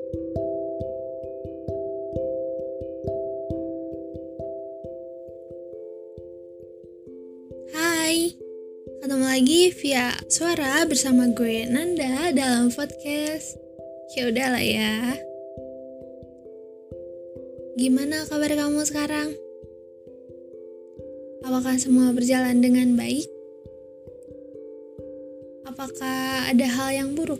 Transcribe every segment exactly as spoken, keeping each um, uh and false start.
Hai, ketemu lagi via suara bersama gue Nanda dalam podcast. Ya udahlah ya. Gimana kabar kamu sekarang? Apakah semua berjalan dengan baik? Apakah ada hal yang buruk?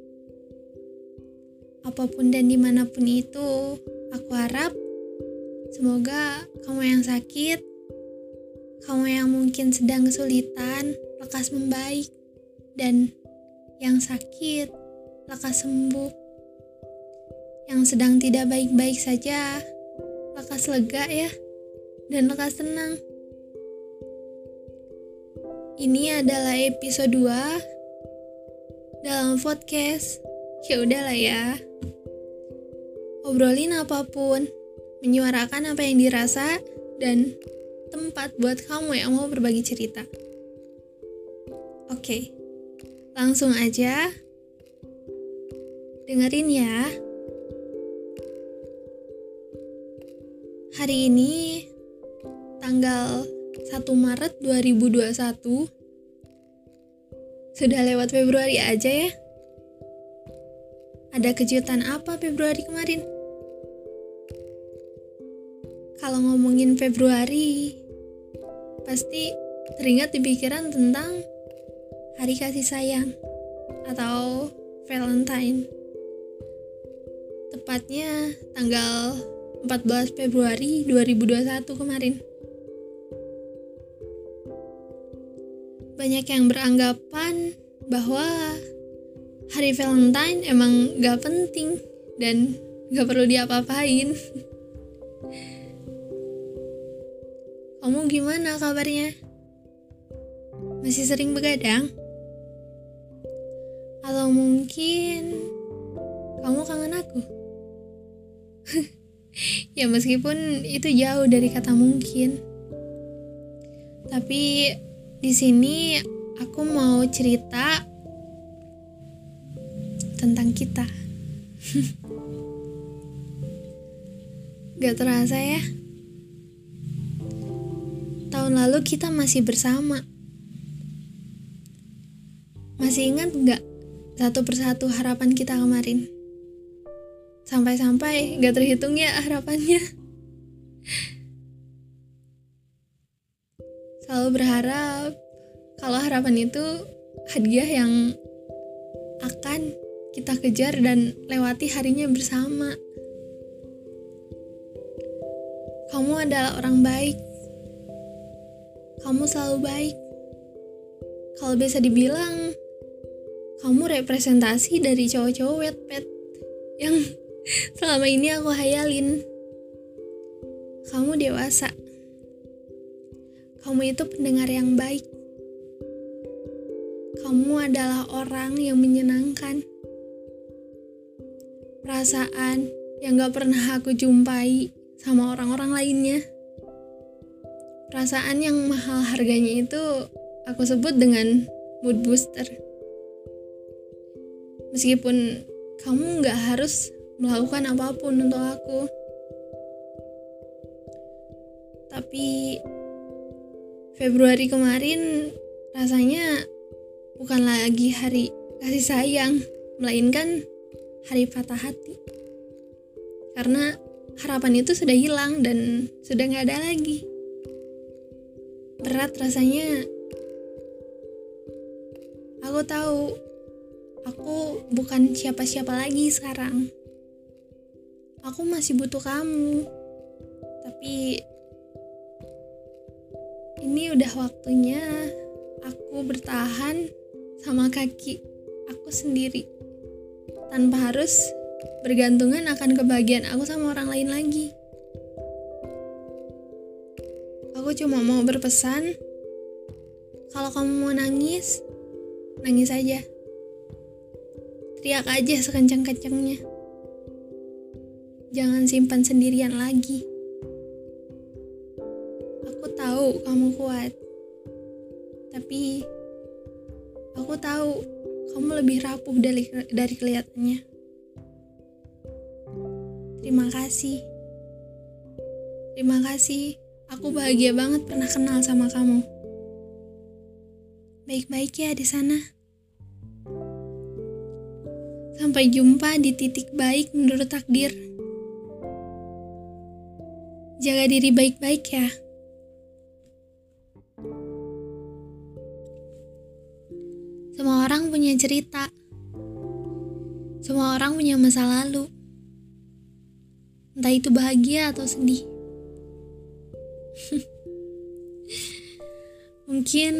Apapun dan dimanapun itu, aku harap semoga kamu yang sakit, kamu yang mungkin sedang kesulitan, lekas membaik, dan yang sakit, lekas sembuh. Yang sedang tidak baik-baik saja, lekas lega ya, dan lekas tenang. Ini adalah episode dua dalam podcast. Ya udahlah ya. Obrolin apapun, menyuarakan apa yang dirasa, dan tempat buat kamu yang mau berbagi cerita. Oke, langsung aja. Dengerin ya. Hari ini, tanggal satu Maret dua ribu dua puluh satu, sudah lewat Februari aja ya. Ada kejutan apa Februari kemarin? Kalau ngomongin Februari, pasti teringat di pikiran tentang Hari Kasih Sayang atau Valentine. Tepatnya tanggal empat belas Februari dua ribu dua puluh satu kemarin. Banyak yang beranggapan bahwa Hari Valentine emang gak penting dan gak perlu diapa-apain. Kamu gimana kabarnya? Masih sering begadang? Atau mungkin kamu kangen aku? Ya meskipun itu jauh dari kata mungkin. Tapi di sini aku mau cerita tentang kita. Gak terasa ya, tahun lalu kita masih bersama. Masih ingat gak satu persatu harapan kita kemarin? Sampai-sampai gak terhitung ya harapannya. Selalu berharap kalau harapan itu hadiah yang akan kita kejar dan lewati harinya bersama. Kamu adalah orang baik. Kamu selalu baik. Kalau bisa dibilang, kamu representasi dari cowok-cowok wet-pet yang selama ini aku hayalin. Kamu dewasa. Kamu itu pendengar yang baik. Kamu adalah orang yang menyenangkan. Perasaan yang gak pernah aku jumpai sama orang-orang lainnya. Perasaan yang mahal harganya itu aku sebut dengan mood booster. Meskipun kamu gak harus melakukan apapun untuk aku. Tapi Februari kemarin rasanya bukan lagi hari kasih sayang, melainkan hari patah hati. Karena harapan itu sudah hilang dan sudah gak ada lagi. Berat rasanya. Aku tahu aku bukan siapa-siapa lagi sekarang. Aku masih butuh kamu. Tapi ini udah waktunya aku bertahan sama kaki aku sendiri, tanpa harus bergantungan akan kebahagiaan aku sama orang lain lagi. Aku cuma mau berpesan, kalau kamu mau nangis, nangis aja. Teriak aja sekencang-kencangnya. Jangan simpan sendirian lagi. Aku tahu kamu kuat. Tapi aku tahu kamu lebih rapuh dari dari kelihatannya. Terima kasih. Terima kasih. Aku bahagia banget pernah kenal sama kamu. Baik-baik ya di sana. Sampai jumpa di titik baik menurut takdir. Jaga diri baik-baik ya. Semua orang punya cerita. Semua orang punya masa lalu. Entah itu bahagia atau sedih. Mungkin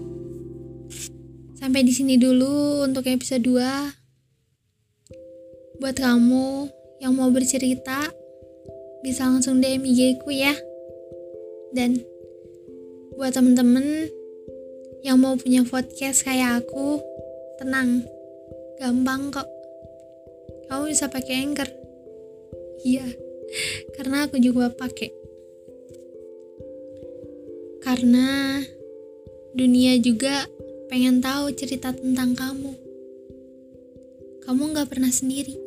sampai di sini dulu untuk episode dua. Buat kamu yang mau bercerita, bisa langsung D M I G ku ya. Dan buat temen-temen yang mau punya podcast kayak aku, tenang, gampang kok. Kamu bisa pakai Anchor. Iya, karena aku juga pakai. Karena dunia juga pengen tahu cerita tentang kamu. Kamu gak pernah sendiri.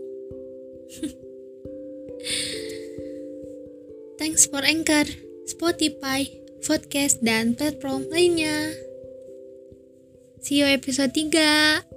Thanks for Anchor, Spotify, podcast, dan platform lainnya. See you episode tiga.